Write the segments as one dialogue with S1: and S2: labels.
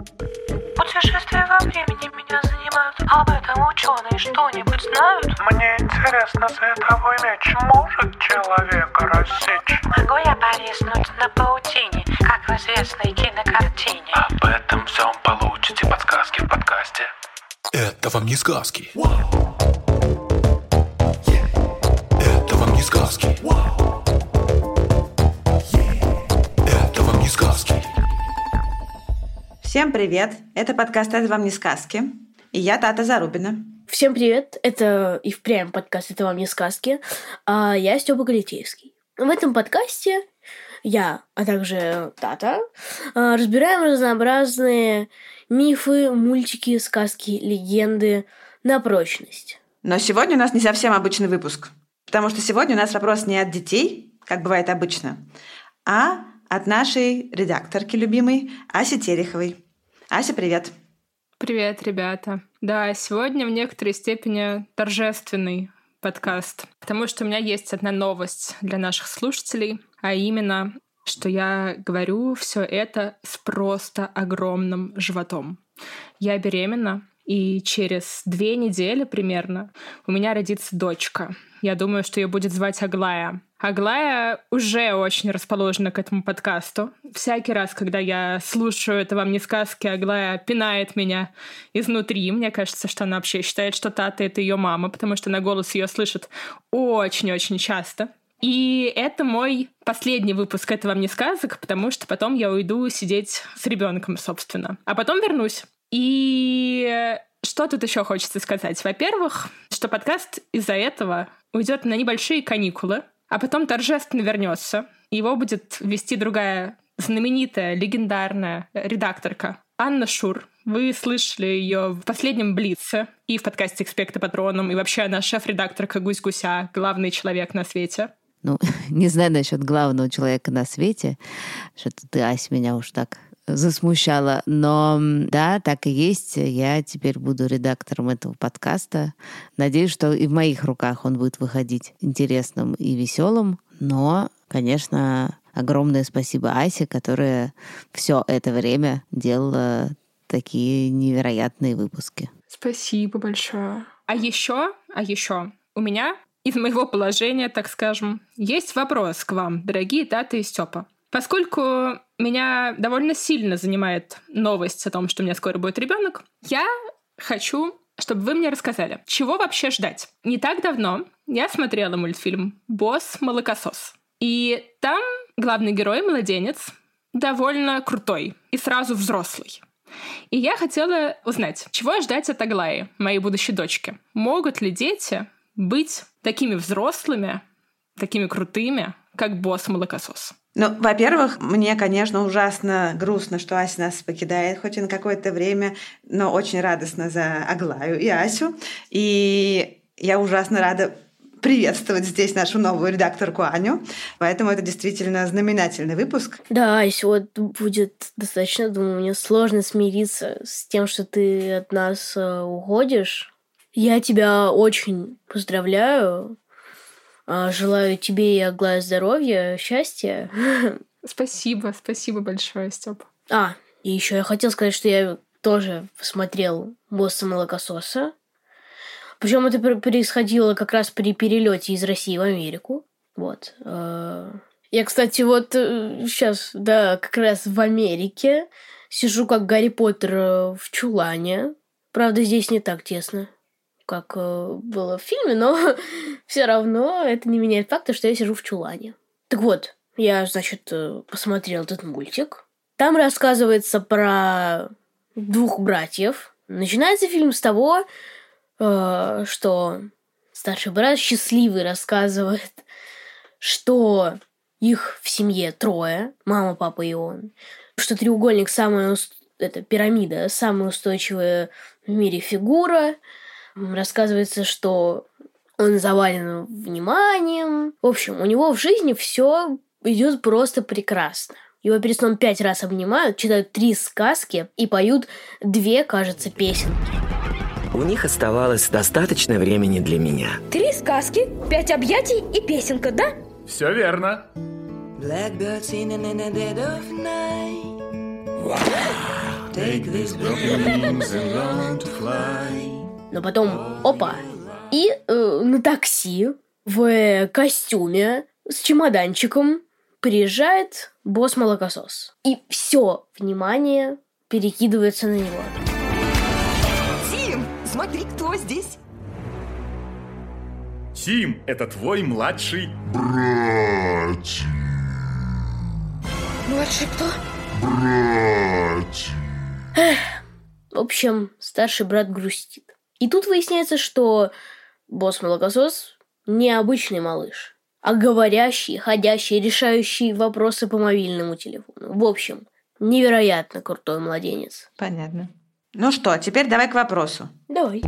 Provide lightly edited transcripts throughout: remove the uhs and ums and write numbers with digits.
S1: Путешествия во времени меня занимают. Об этом ученые что-нибудь знают?
S2: Мне интересно, световой меч может человека рассечь?
S1: Могу я повиснуть на паутине, как в известной кинокартине?
S2: Об этом всем получите подсказки в подкасте.
S3: Это вам не сказки. Это вам не сказки. Это вам не сказки.
S4: Всем привет! Это подкаст «Это вам не сказки». И я Тата Зарубина.
S5: Всем привет! Это и впрямь подкаст «Это вам не сказки». А я Стёпа Галитейский. В этом подкасте я, а также Тата, разбираем разнообразные мифы, мультики, сказки, легенды на прочность.
S4: Но сегодня у нас не совсем обычный выпуск, потому что сегодня у нас вопрос не от детей, как бывает обычно, а от нашей редакторки любимой Аси Тереховой. Ася, привет!
S6: Привет, ребята! Да, сегодня в некоторой степени торжественный подкаст, потому что у меня есть одна новость для наших слушателей, а именно, что я говорю все это с просто огромным животом. Я беременна, и через 2 недели примерно у меня родится дочка. Я думаю, что ее будет звать Аглая. Аглая уже очень расположена к этому подкасту. Всякий раз, когда я слушаю «Это вам не сказки», Аглая пинает меня изнутри. Мне кажется, что она вообще считает, что Тата — это ее мама, потому что она голос ее слышит очень-очень часто. И это мой последний выпуск «Это вам не сказок», потому что потом я уйду сидеть с ребенком, собственно. А потом вернусь. И что тут еще хочется сказать? Во-первых, что подкаст из-за этого уйдет на небольшие каникулы, а потом торжественно вернется. Его будет вести другая знаменитая, легендарная редакторка Анна Шур. Вы слышали ее в последнем «Блице» и в подкасте «Экспекто Патроном», и вообще она шеф-редакторка «Гусь-гуся», главный человек на свете.
S7: Ну, не знаю насчет главного человека на свете, что-то ты, Ась, меня уж так засмущала. Но да, так и есть. Я теперь буду редактором этого подкаста. Надеюсь, что и в моих руках он будет выходить интересным и веселым. Но, конечно, огромное спасибо Асе, которая все это время делала такие невероятные выпуски.
S6: Спасибо большое. А еще у меня из моего положения, так скажем, есть вопрос к вам, дорогие Тата и Стёпа. Поскольку меня довольно сильно занимает новость о том, что у меня скоро будет ребенок, я хочу, чтобы вы мне рассказали, чего вообще ждать. Не так давно я смотрела мультфильм «Босс-молокосос». И там главный герой, младенец, довольно крутой и сразу взрослый. И я хотела узнать, чего ждать от Аглаи, моей будущей дочки. Могут ли дети быть такими взрослыми, такими крутыми, как босс-молокосос?
S4: Ну, во-первых, мне, конечно, ужасно грустно, что Ася нас покидает хоть и на какое-то время, но очень радостно за Аглаю и Асю. И я ужасно рада приветствовать здесь нашу новую редакторку Аню. Поэтому это действительно знаменательный выпуск.
S5: Да, Ася, вот будет достаточно, думаю, мне сложно смириться с тем, что ты от нас уходишь. Я тебя очень поздравляю. Желаю тебе и Аглае здоровья, счастья.
S6: Спасибо большое, Стёпа.
S5: И еще я хотела сказать, что я тоже посмотрел «Босса-молокососа». Причем это происходило как раз при перелете из России в Америку. Вот. Я, кстати, вот сейчас, да, как раз в Америке сижу как Гарри Поттер в чулане. Правда, здесь не так тесно, как было в фильме, но все равно это не меняет факта, что я сижу в чулане. Так вот, я, значит, посмотрел этот мультик. Там рассказывается про 2 братьев. Начинается фильм с того, что старший брат счастливый рассказывает, что их в семье 3, мама, папа и он, что треугольник пирамида самая устойчивая в мире фигура. Рассказывается, что он завален вниманием. В общем, у него в жизни все идет просто прекрасно. Его перед сном 5 раз обнимают, читают 3 сказки и поют 2, кажется, песенки.
S8: У них оставалось достаточно времени для меня.
S9: 3 сказки, 5 объятий и песенка, да?
S2: Все верно.
S5: Но потом, опа, и на такси в костюме с чемоданчиком приезжает босс-молокосос. И все внимание перекидывается на него.
S10: Тим, смотри, кто здесь.
S11: Тим, это твой младший
S10: братик. Младший кто? Братик.
S5: В общем, старший брат грустит. И тут выясняется, что босс-молокосос не обычный малыш, а говорящий, ходящий, решающий вопросы по мобильному телефону. В общем, невероятно крутой младенец.
S4: Понятно. Ну что, теперь давай к вопросу.
S5: Давай.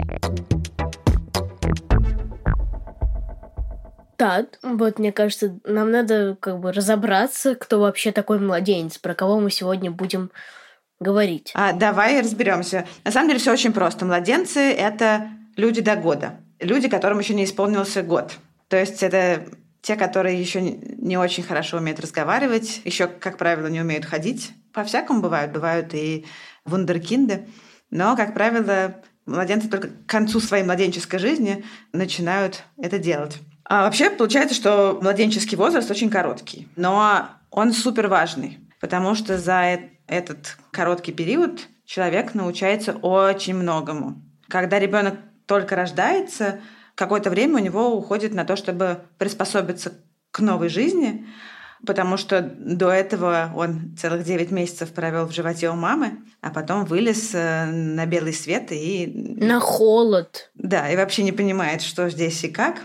S5: Так, вот мне кажется, нам надо разобраться, кто вообще такой младенец, про кого мы сегодня будем говорить.
S4: Давай разберемся. На самом деле все очень просто. Младенцы – это люди до года. Люди, которым еще не исполнился год. То есть это те, которые еще не очень хорошо умеют разговаривать, еще, как правило, не умеют ходить. По-всякому бывают. Бывают и вундеркинды. Но, как правило, младенцы только к концу своей младенческой жизни начинают это делать. А вообще получается, что младенческий возраст очень короткий. Но он супер важный, потому что за этот короткий период человек научается очень многому. Когда ребенок только рождается, какое-то время у него уходит на то, чтобы приспособиться к новой жизни, потому что до этого он целых 9 месяцев провел в животе у мамы, а потом вылез на белый свет и...
S5: На холод.
S4: Да, и вообще не понимает, что здесь и как.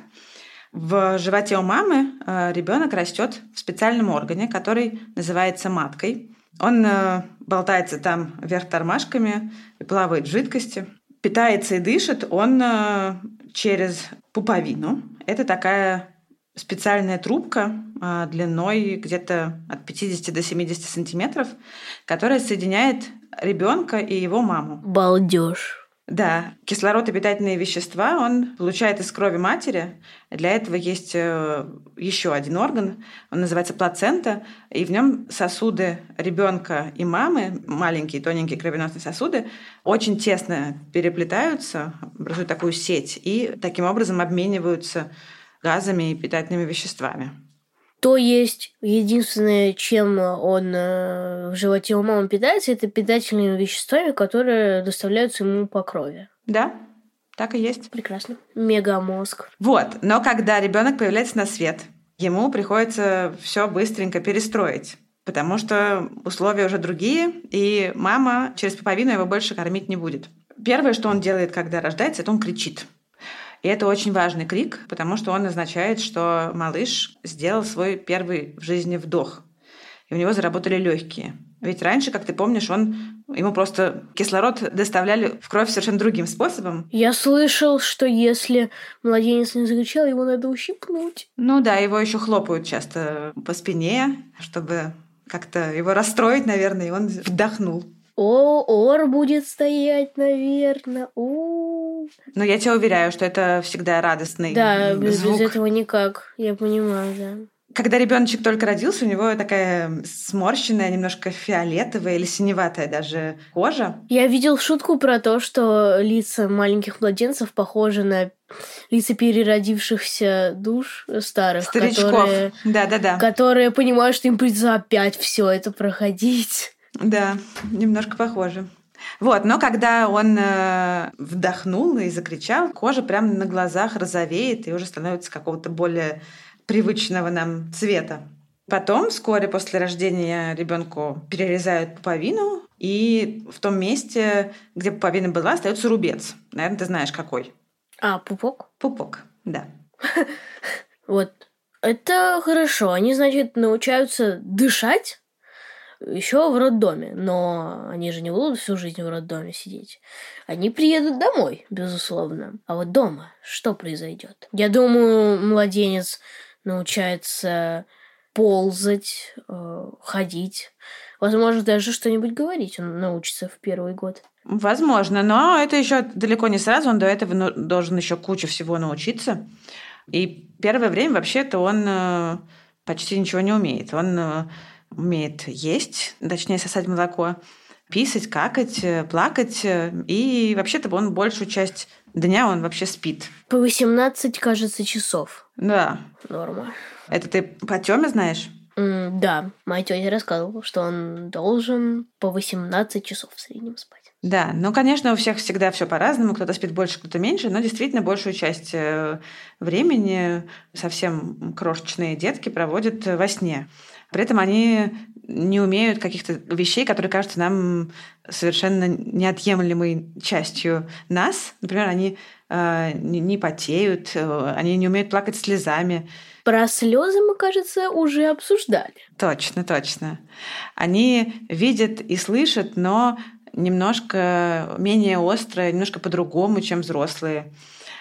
S4: В животе у мамы ребенок растет в специальном органе, который называется маткой. Он болтается там вверх тормашками и плавает в жидкости. Питается и дышит он через пуповину. Это такая специальная трубка длиной где-то от 50 до 70 сантиметров, которая соединяет ребенка и его маму.
S5: Балдеж.
S4: Да, кислород и питательные вещества он получает из крови матери. Для этого есть еще один орган, он называется плацента, и в нем сосуды ребенка и мамы, маленькие тоненькие кровеносные сосуды, очень тесно переплетаются, образуют такую сеть, и таким образом обмениваются газами и питательными веществами.
S5: То есть единственное, чем он в животе у мамы питается, это питательными веществами, которые доставляются ему по крови.
S4: Да, так и есть.
S5: Прекрасно. Мегамозг.
S4: Вот, но когда ребенок появляется на свет, ему приходится все быстренько перестроить, потому что условия уже другие, и мама через пуповину его больше кормить не будет. Первое, что он делает, когда рождается, это он кричит. И это очень важный крик, потому что он означает, что малыш сделал свой первый в жизни вдох. И у него заработали легкие. Ведь раньше, как ты помнишь, ему просто кислород доставляли в кровь совершенно другим способом.
S5: Я слышал, что если младенец не закричал, его надо ущипнуть.
S4: Ну да, его еще хлопают часто по спине, чтобы как-то его расстроить, наверное, и он вдохнул.
S5: Ор будет стоять, наверное.
S4: Но я тебя уверяю, что это всегда радостный звук.
S5: Без этого никак, я понимаю, да.
S4: Когда ребеночек только родился, у него такая сморщенная, немножко фиолетовая или синеватая даже кожа.
S5: Я видел шутку про то, что лица маленьких младенцев похожи на лица переродившихся душ старых,
S4: старичков,
S5: которые понимают, что им придется опять все это проходить.
S4: Да, немножко похоже. Вот, но когда он вдохнул и закричал, кожа прямо на глазах розовеет и уже становится какого-то более привычного нам цвета. Потом, вскоре после рождения, ребенку перерезают пуповину, и в том месте, где пуповина была, остается рубец. Наверное, ты знаешь, какой.
S5: Пупок?
S4: Пупок, да.
S5: Вот. Это хорошо. Они, значит, научаются дышать еще в роддоме. Но они же не будут всю жизнь в роддоме сидеть. Они приедут домой, безусловно. А вот дома что произойдет? Я думаю, младенец научается ползать, ходить. Возможно, даже что-нибудь говорить он научится в первый год.
S4: Возможно, но это еще далеко не сразу. Он до этого должен еще кучу всего научиться. И первое время вообще-то он почти ничего не умеет. Он умеет есть, точнее сосать молоко, писать, какать, плакать. И вообще-то он большую часть дня он вообще спит.
S5: По 18, кажется, часов.
S4: Да.
S5: Норма.
S4: Это ты по Тёме знаешь?
S5: Да, моя тетя рассказывала, что он должен по 18 часов в среднем спать.
S4: Да, ну, конечно, у всех всегда все по-разному. Кто-то спит больше, кто-то меньше, но действительно большую часть времени совсем крошечные детки проводят во сне. При этом они не умеют каких-то вещей, которые кажутся нам совершенно неотъемлемой частью нас. Например, они не потеют, они не умеют плакать слезами.
S5: Про слезы мы, кажется, уже обсуждали.
S4: Точно, точно. Они видят и слышат, но немножко менее остро, немножко по-другому, чем взрослые.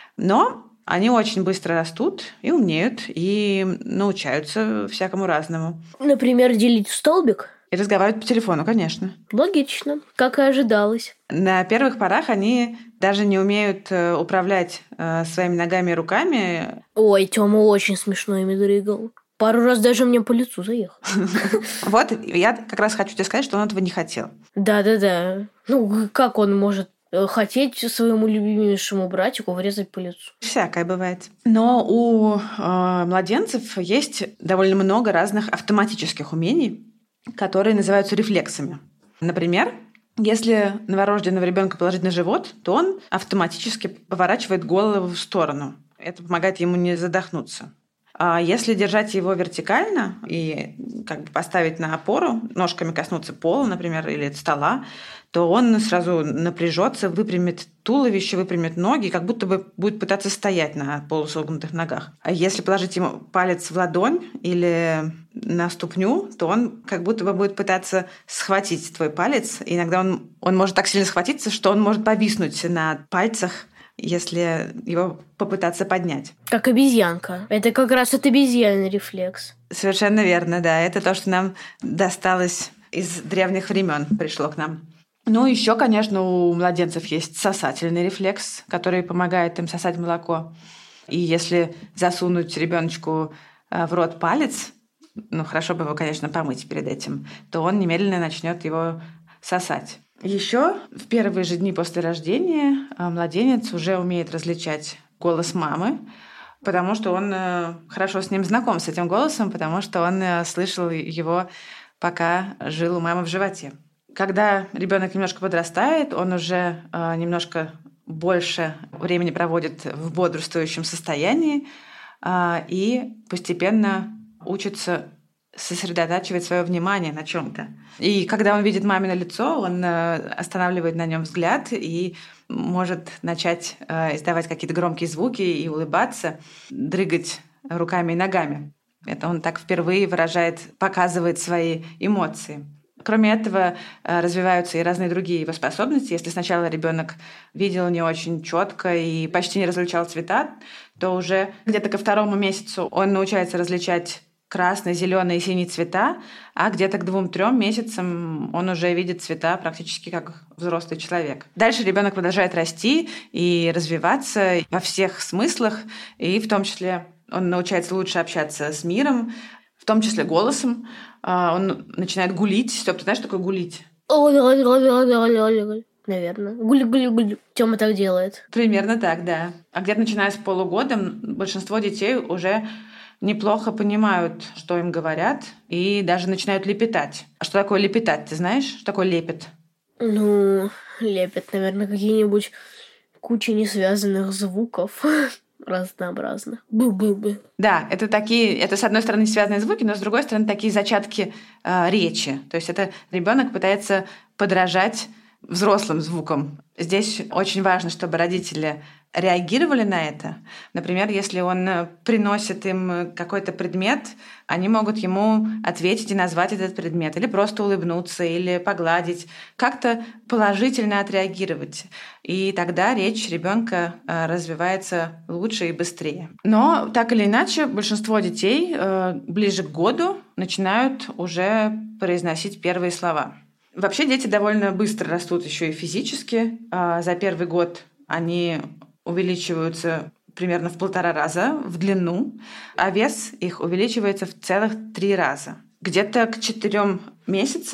S4: Но они очень быстро растут и умеют, и научаются всякому разному.
S5: Например, делить столбик?
S4: И разговаривать по телефону, конечно.
S5: Логично, как и ожидалось.
S4: На первых порах они даже не умеют управлять своими ногами и руками.
S5: Ой, Тёма очень смешно ими дрыгал. Пару раз даже мне по лицу заехал.
S4: Вот, я как раз хочу тебе сказать, что он этого не хотел.
S5: Да. Ну, как он может хотеть своему любимейшему братику врезать по лицу?
S4: Всякое бывает. Но у младенцев есть довольно много разных автоматических умений, которые называются рефлексами. Например, если новорожденного ребенка положить на живот, то он автоматически поворачивает голову в сторону. Это помогает ему не задохнуться. А если держать его вертикально и как бы поставить на опору, ножками коснуться пола, например, или стола, то он сразу напряжется, выпрямит туловище, выпрямит ноги, как будто бы будет пытаться стоять на полусогнутых ногах. А если положить ему палец в ладонь или на ступню, то он как будто бы будет пытаться схватить твой палец. И иногда он может так сильно схватиться, что он может повиснуть на пальцах, если его попытаться поднять.
S5: Как обезьянка. Это как раз от обезьяны рефлекс.
S4: Совершенно верно, да. Это то, что нам досталось из древних времен, пришло к нам. Ну, еще, конечно, у младенцев есть сосательный рефлекс, который помогает им сосать молоко. И если засунуть ребеночку в рот палец, ну, хорошо бы его, конечно, помыть перед этим, то он немедленно начнет его сосать. Еще в первые же дни после рождения младенец уже умеет различать голос мамы, потому что он хорошо с ним знаком, с этим голосом, потому что он слышал его, пока жил у мамы в животе. Когда ребенок немножко подрастает, он уже немножко больше времени проводит в бодрствующем состоянии и постепенно учится сосредотачивать свое внимание на чем-то. И когда он видит мамино лицо, он останавливает на нем взгляд и может начать издавать какие-то громкие звуки и улыбаться, дрыгать руками и ногами. Это он так впервые показывает свои эмоции. Кроме этого, развиваются и разные другие его способности. Если сначала ребенок видел не очень четко и почти не различал цвета, то уже где-то ко 2-му месяцу он научается различать красный, зеленый и синий цвета, а где-то к 2-3 месяцам он уже видит цвета практически как взрослый человек. Дальше ребенок продолжает расти и развиваться во всех смыслах, и в том числе он научается лучше общаться с миром, в том числе голосом. Он начинает гулить. Стёп, ты знаешь, что такое гулить?
S5: Наверное. Гуль-гуль-гуль. Тёма так делает.
S4: Примерно так, да. А где-то начиная с полугода большинство детей уже неплохо понимают, что им говорят, и даже начинают лепетать. А что такое лепетать? Ты знаешь, что такое лепет?
S5: Ну, лепет, наверное, какие-нибудь кучи несвязанных звуков разнообразных. Бы-бы-бы.
S4: Да, это с одной стороны связанные звуки, но с другой стороны такие зачатки речи. То есть это ребенок пытается подражать взрослым звукам. Здесь очень важно, чтобы родители реагировали на это. Например, если он приносит им какой-то предмет, они могут ему ответить и назвать этот предмет, или просто улыбнуться, или погладить, как-то положительно отреагировать. И тогда речь ребенка развивается лучше и быстрее. Но так или иначе, большинство детей ближе к году начинают уже произносить первые слова. Вообще дети довольно быстро растут еще и физически. За первый год они увеличиваются примерно в 1,5 раза в длину, а вес их увеличивается в целых 3 раза. Где-то к 4 месяцам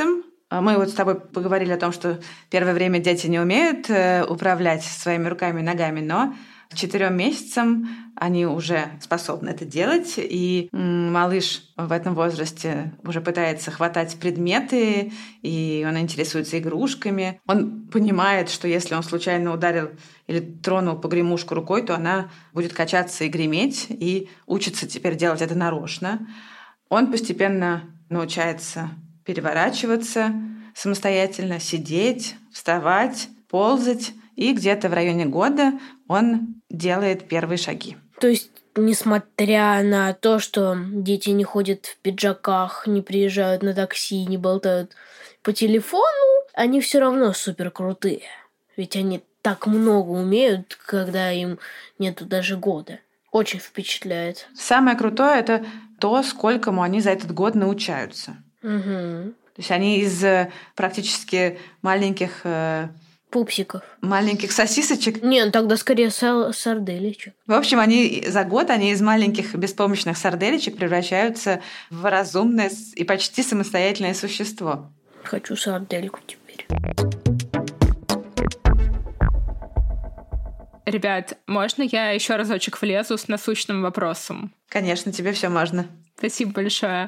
S4: Мы вот с тобой поговорили о том, что первое время дети не умеют управлять своими руками и ногами, но к 4 месяцам они уже способны это делать, и малыш в этом возрасте уже пытается хватать предметы, и он интересуется игрушками. Он понимает, что если он случайно ударил или тронул погремушку рукой, то она будет качаться и греметь, и учится теперь делать это нарочно. Он постепенно научается переворачиваться самостоятельно, сидеть, вставать, ползать, и где-то в районе года он делает первые шаги.
S5: То есть, несмотря на то, что дети не ходят в пиджаках, не приезжают на такси, не болтают по телефону, они все равно супер крутые. Ведь они так много умеют, когда им нету даже года. Очень впечатляет.
S4: Самое крутое — это то, сколькому они за этот год научаются.
S5: Угу.
S4: То есть они из практически маленьких...
S5: пупсиков.
S4: Маленьких сосисочек.
S5: Не, ну тогда скорее сарделечек.
S4: В общем, они за год из маленьких беспомощных сарделечек превращаются в разумное и почти самостоятельное существо.
S5: Хочу сардельку теперь.
S6: Ребят, можно я еще разочек влезу с насущным вопросом?
S4: Конечно, тебе все можно.
S6: Спасибо большое.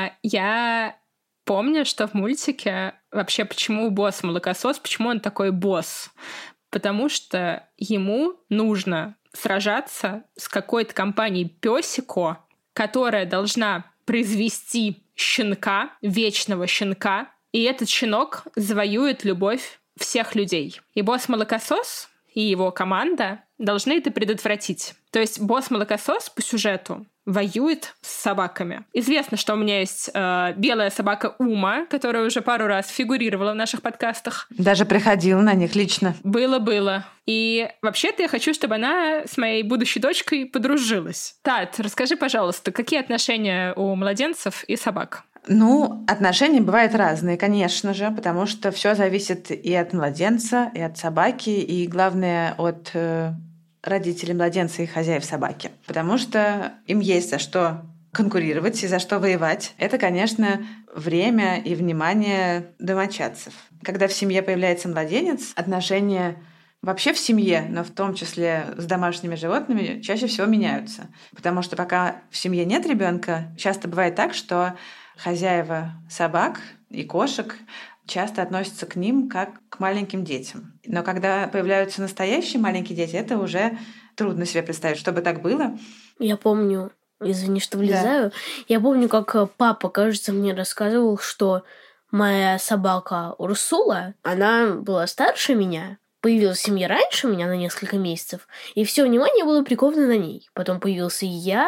S6: Я помню, что в мультике вообще почему босс-молокосос, почему он такой босс? Потому что ему нужно сражаться с какой-то компанией Пёсико, которая должна произвести щенка, вечного щенка, и этот щенок завоюет любовь всех людей. И босс-молокосос и его команда должны это предотвратить. То есть босс-молокосос по сюжету воюет с собаками. Известно, что у меня есть белая собака Ума, которая уже пару раз фигурировала в наших подкастах.
S4: Даже приходила на них лично.
S6: Было. И вообще-то я хочу, чтобы она с моей будущей дочкой подружилась. Тат, расскажи, пожалуйста, какие отношения у младенцев и собак?
S4: Отношения бывают разные, конечно же, потому что все зависит и от младенца, и от собаки, и, главное, от родителей младенца и хозяев собаки. Потому что им есть за что конкурировать и за что воевать. Это, конечно, время и внимание домочадцев. Когда в семье появляется младенец, отношения вообще в семье, но в том числе с домашними животными, чаще всего меняются. Потому что пока в семье нет ребенка, часто бывает так, что хозяева собак и кошек часто относятся к ним как к маленьким детям. Но когда появляются настоящие маленькие дети, это уже трудно себе представить, чтобы так было.
S5: Я помню, извини, что влезаю, я помню, как папа, кажется, мне рассказывал, что моя собака Урсула, она была старше меня, появилась в семье раньше меня на несколько месяцев, и все внимание было приковано на ней. Потом появился я,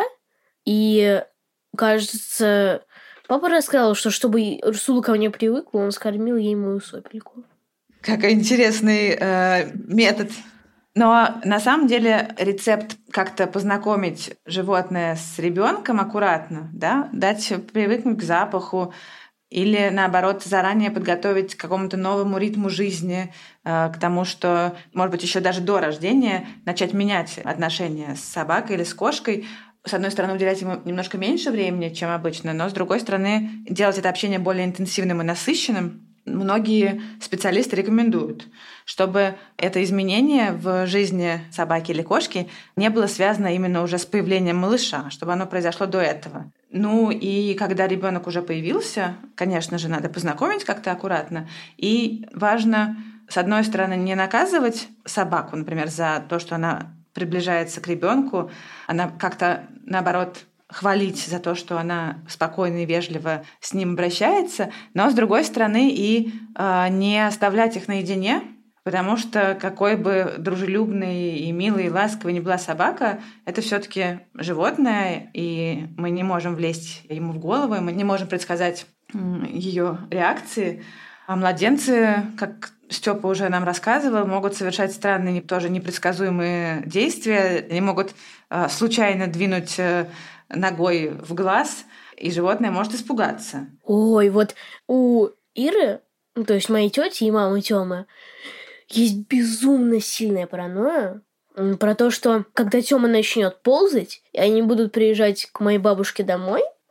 S5: и, кажется, папа рассказал, что чтобы Урсула ко мне привыкла, он скормил ей мою сопельку.
S4: Какой интересный метод. Но на самом деле рецепт как-то познакомить животное с ребенком аккуратно, да, дать привыкнуть к запаху или, наоборот, заранее подготовить к какому-то новому ритму жизни, к тому, что, может быть, еще даже до рождения начать менять отношения с собакой или с кошкой. С одной стороны, уделять ему немножко меньше времени, чем обычно, но с другой стороны, делать это общение более интенсивным и насыщенным. Многие специалисты рекомендуют, чтобы это изменение в жизни собаки или кошки не было связано именно уже с появлением малыша, чтобы оно произошло до этого. И когда ребенок уже появился, конечно же, надо познакомить как-то аккуратно. И важно, с одной стороны, не наказывать собаку, например, за то, что она приближается к ребенку, она как-то, наоборот, хвалить за то, что она спокойно и вежливо с ним обращается, но, с другой стороны, и не оставлять их наедине, потому что какой бы дружелюбной и милой и ласковой ни была собака, это все-таки животное, и мы не можем влезть ему в голову, мы не можем предсказать ее реакции. А младенцы, как Степа уже нам рассказывал, могут совершать странные, тоже непредсказуемые действия. Они могут случайно двинуть ногой в глаз, и животное может испугаться.
S5: Ой, вот у Иры, то есть моей тети и мамы Тёмы, есть безумно сильная паранойя про то, что когда Тёма начнет ползать, и они будут приезжать к моей бабушке домой,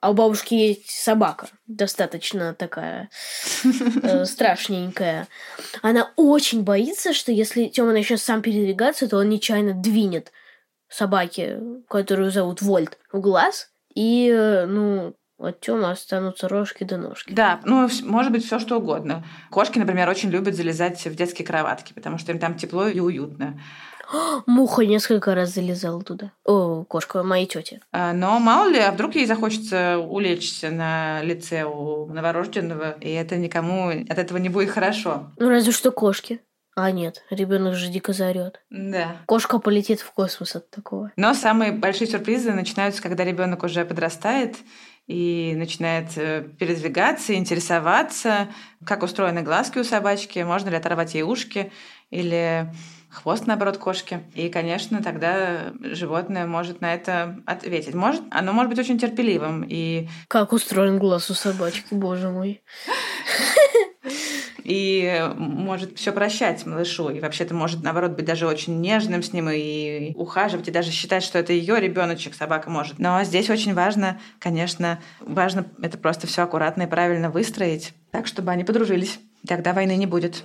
S5: А у бабушки есть собака, достаточно такая страшненькая. Она очень боится, что если Тёма начнет сам передвигаться, то он нечаянно двинет собаке, которую зовут Вольт, в глаз, и, от Тёмы останутся рожки до ножки.
S4: Да, может быть, все что угодно. Кошки, например, очень любят залезать в детские кроватки, потому что им там тепло и уютно.
S5: Муха несколько раз залезала туда. О, кошка моей тети.
S4: Но мало ли, а вдруг ей захочется улечься на лице у новорожденного, и это никому от этого не будет хорошо.
S5: Разве что кошки. А нет, ребенок же дико заорет.
S4: Да.
S5: Кошка полетит в космос от такого.
S4: Но самые большие сюрпризы начинаются, когда ребенок уже подрастает и начинает передвигаться, интересоваться, как устроены глазки у собачки, можно ли оторвать ей ушки или хвост, наоборот, кошки. И, конечно, тогда животное может на это ответить. Оно может быть очень терпеливым. И...
S5: Как устроен глаз у собачки, боже мой.
S4: И может все прощать малышу. И вообще-то может, наоборот, быть даже очень нежным с ним и ухаживать, и даже считать, что это ее ребеночек, собака может. Но здесь очень важно, конечно, это просто все аккуратно и правильно выстроить, так, чтобы они подружились. Тогда войны не будет.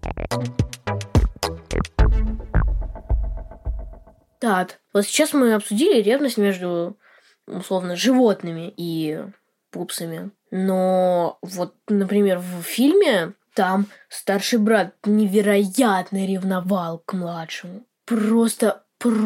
S5: Так, вот сейчас мы обсудили ревность между, условно, животными и пупсами. Но вот, например, в фильме там старший брат невероятно ревновал к младшему. Просто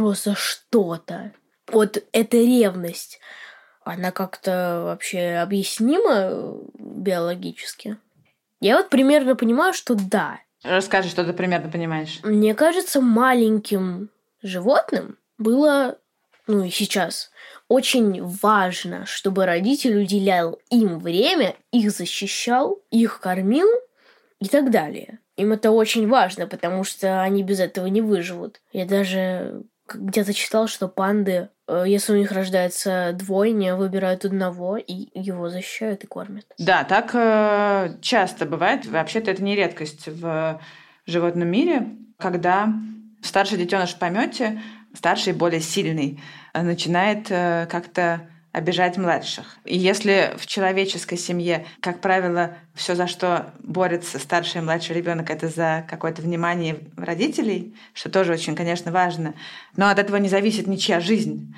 S5: что-то. Вот эта ревность, она как-то вообще объяснима биологически? Я вот примерно понимаю, что да.
S4: Расскажи, что ты примерно понимаешь.
S5: Мне кажется, маленьким животным было, и сейчас, очень важно, чтобы родитель уделял им время, их защищал, их кормил и так далее. Им это очень важно, потому что они без этого не выживут. Я даже где-то читал, что панды, если у них рождается двойня, выбирают одного и его защищают и кормят.
S4: Да, так часто бывает. Вообще-то это не редкость в животном мире, когда старший детеныш в помете, старший, более сильный, начинает как-то обижать младших. И если в человеческой семье, как правило, все, за что борется старший и младший ребенок, это за какое-то внимание родителей, что тоже очень, конечно, важно, но от этого не зависит ничья жизнь.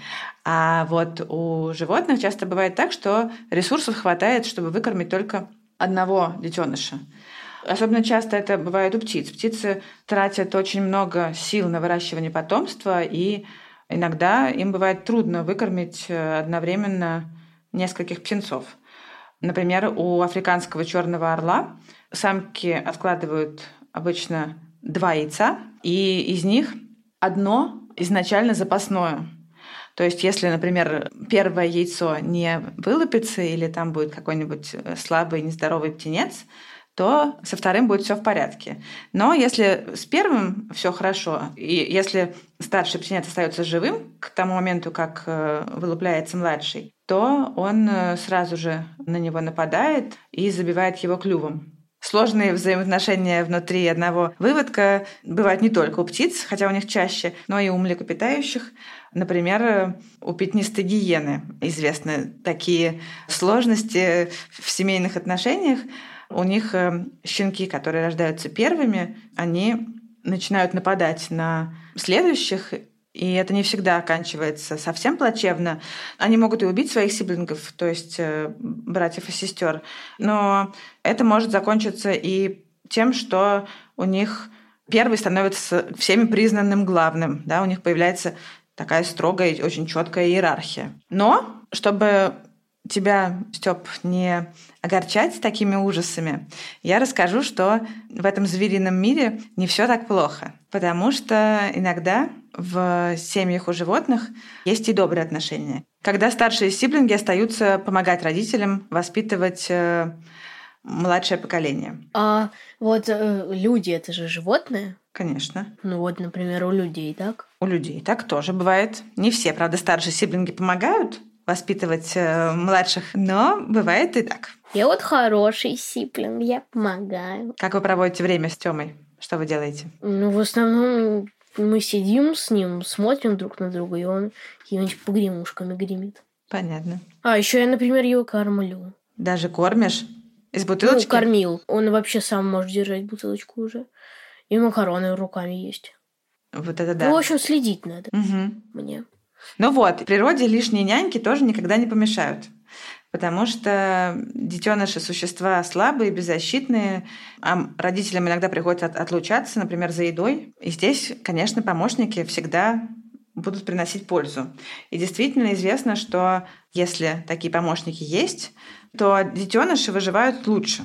S4: А вот у животных часто бывает так, что ресурсов хватает, чтобы выкормить только одного детеныша. Особенно часто это бывает у птиц. Птицы тратят очень много сил на выращивание потомства, и иногда им бывает трудно выкормить одновременно нескольких птенцов. Например, у африканского черного орла самки откладывают обычно 2 яйца, и из них одно изначально запасное. То есть, если, например, первое яйцо не вылупится или там будет какой-нибудь слабый, нездоровый птенец, то со вторым будет все в порядке. Но если с первым все хорошо, и если старший птенец остается живым к тому моменту, как вылупляется младший, то он сразу же на него нападает и забивает его клювом. Сложные взаимоотношения внутри одного выводка бывают не только у птиц, хотя у них чаще, но и у млекопитающих. Например, у пятнистой гиены известны такие сложности в семейных отношениях. У них щенки, которые рождаются первыми, они начинают нападать на следующих, и это не всегда оканчивается совсем плачевно. Они могут и убить своих сиблингов, то есть братьев и сестер, но это может закончиться и тем, что у них первый становится всеми признанным главным, да, у них появляется такая строгая и очень четкая иерархия. Но чтобы тебя, Стёп, не огорчать такими ужасами, я расскажу, что в этом зверином мире не все так плохо. Потому что иногда в семьях у животных есть и добрые отношения. Когда старшие сиблинги остаются помогать родителям воспитывать младшее поколение.
S5: А вот люди — это же животные?
S4: Конечно.
S5: Ну вот, например, у людей, так?
S4: У людей так тоже бывает. Не все, правда, старшие сиблинги помогают воспитывать младших, но бывает и так.
S5: Я вот хороший сиблинг, я помогаю.
S4: Как вы проводите время с Тёмой? Что вы делаете?
S5: Ну, в основном мы сидим с ним, смотрим друг на друга, и он какими-нибудь погремушками гремит.
S4: Понятно.
S5: А еще я, например, его кормлю.
S4: Даже кормишь? Из бутылочки?
S5: Ну, кормил. Он вообще сам может держать бутылочку уже. И макароны руками есть.
S4: Вот это да.
S5: Ну, в общем, следить надо мне.
S4: Ну вот, в природе лишние няньки тоже никогда не помешают. Потому что детеныши – существа слабые, беззащитные, а родителям иногда приходится отлучаться, например, за едой. И здесь, конечно, помощники всегда будут приносить пользу. И действительно известно, что если такие помощники есть, то детеныши выживают лучше.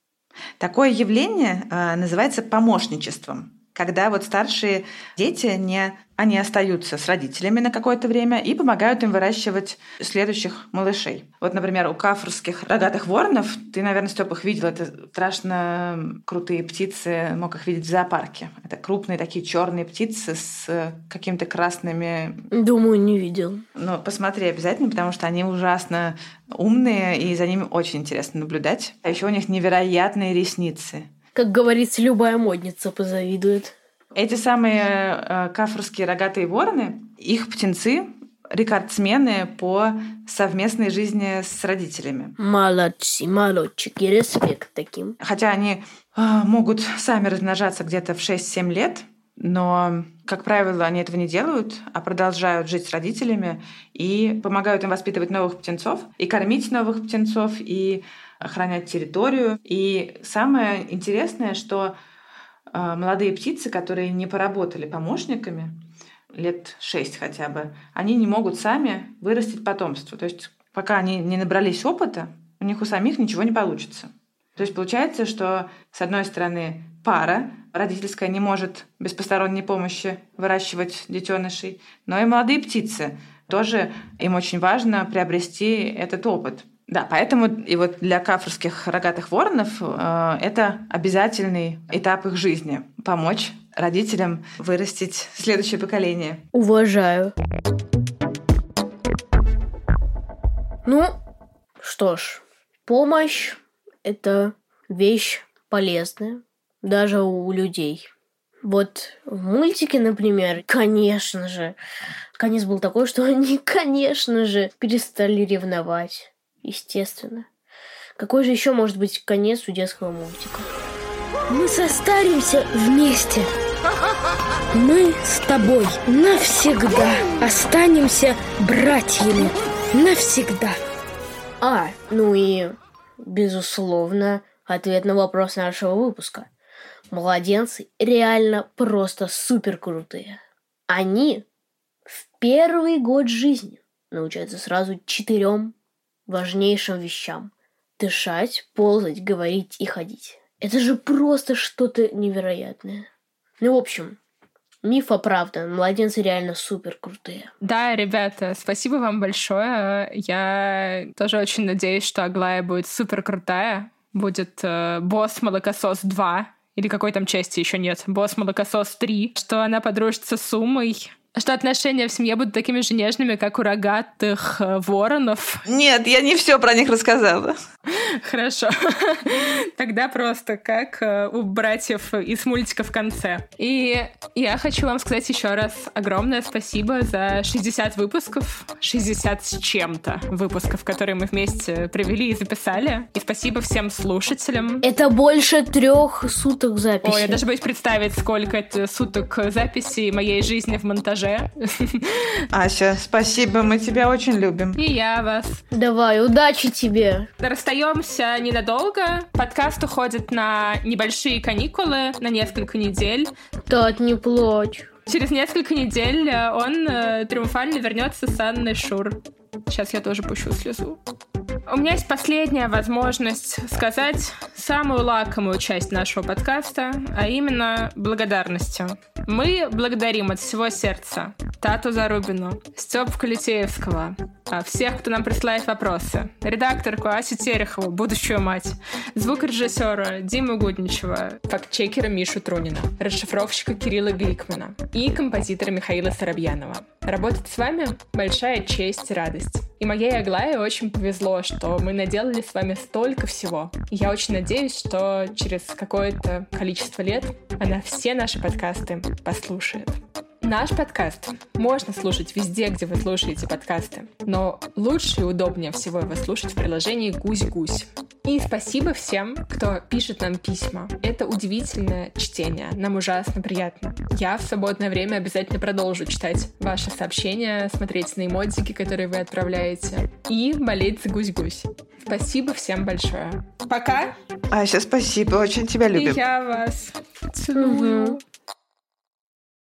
S4: Такое явление называется помощничеством, когда вот старшие дети они остаются с родителями на какое-то время и помогают им выращивать следующих малышей. Вот, например, у кафрских рогатых воронов, ты, наверное, Стёп, их видел, это страшно крутые птицы, мог их видеть в зоопарке. Это крупные такие черные птицы с какими-то красными...
S5: Думаю, не видел.
S4: Ну, посмотри обязательно, потому что они ужасно умные, и за ними очень интересно наблюдать. А еще у них невероятные ресницы.
S5: Как говорится, любая модница позавидует.
S4: Эти самые кафрские рогатые вороны, их птенцы рекордсмены по совместной жизни с родителями.
S5: Молодцы, молодчики, респект таким.
S4: Хотя они могут сами размножаться где-то в 6-7 лет, но, как правило, они этого не делают, а продолжают жить с родителями и помогают им воспитывать новых птенцов, и кормить новых птенцов, и охранять территорию. И самое интересное, что молодые птицы, которые не поработали помощниками, лет 6 хотя бы, они не могут сами вырастить потомство. То есть пока они не набрались опыта, у них у самих ничего не получится. То есть получается, что, с одной стороны, пара родительская не может без посторонней помощи выращивать детенышей, но и молодые птицы тоже, им очень важно приобрести этот опыт. Да, поэтому и вот для кафрских рогатых воронов это обязательный этап их жизни – помочь родителям вырастить следующее поколение.
S5: Уважаю. Ну, что ж, помощь – это вещь полезная, даже у людей. Вот в мультике, например, конечно же, конец был такой, что они, конечно же, перестали ревновать. Естественно. Какой же еще может быть конец у детского мультика?
S9: Мы состаримся вместе. Мы с тобой навсегда останемся братьями. Навсегда.
S5: Ну и, безусловно, ответ на вопрос нашего выпуска. Младенцы реально просто супер крутые. Они в первый год жизни научаются сразу 4 важнейшим вещам. Дышать, ползать, говорить и ходить. Это же просто что-то невероятное. Ну, в общем, миф оправдан. Младенцы реально супер крутые.
S6: Да, ребята, спасибо вам большое. Я тоже очень надеюсь, что Аглая будет супер крутая. Будет босс-молокосос 2. Или какой там части еще нет. Босс-молокосос 3. Что она подружится с Умой. Что отношения в семье будут такими же нежными, как у рогатых воронов.
S4: Нет, я не все про них рассказала.
S6: Хорошо. Тогда просто как у братьев из мультика в конце. И я хочу вам сказать еще раз огромное спасибо за 60 выпусков. 60 с чем-то выпусков, которые мы вместе провели и записали. И спасибо всем слушателям.
S5: Это больше 3 суток записи.
S6: Ой, я даже боюсь представить, сколько это суток записи моей жизни в монтаже.
S4: Ася, спасибо, мы тебя очень любим.
S6: И я вас.
S5: Давай, удачи тебе.
S6: Расстаемся ненадолго. Подкаст уходит на небольшие каникулы, на несколько недель.
S5: Так, не плачь.
S6: Через несколько недель он триумфально вернется с Анной Шур. Сейчас я тоже пущу слезу. У меня есть последняя возможность сказать самую лакомую часть нашего подкаста, а именно благодарностью. Мы благодарим от всего сердца Тату Зарубину, Стёпу Калитеевского, всех, кто нам присылает вопросы, редакторку Асю Терехову, будущую мать, звукорежиссера Диму Гудничева, фактчекера Мишу Трунина, расшифровщика Кирилла Гликмана и композитора Михаила Соробьянова. Работать с вами — большая честь и радость. И моей Аглае очень повезло, что мы наделали с вами столько всего. И я очень надеюсь, что через какое-то количество лет она все наши подкасты послушает. Наш подкаст можно слушать везде, где вы слушаете подкасты, но лучше и удобнее всего его слушать в приложении «Гусь-Гусь». И спасибо всем, кто пишет нам письма. Это удивительное чтение, нам ужасно приятно. Я в свободное время обязательно продолжу читать ваши сообщения, смотреть на эмодзики, которые вы отправляете, и болеть за «Гусь-Гусь». Спасибо всем большое. Пока!
S4: Ася, спасибо, очень тебя любим.
S6: И я вас целую.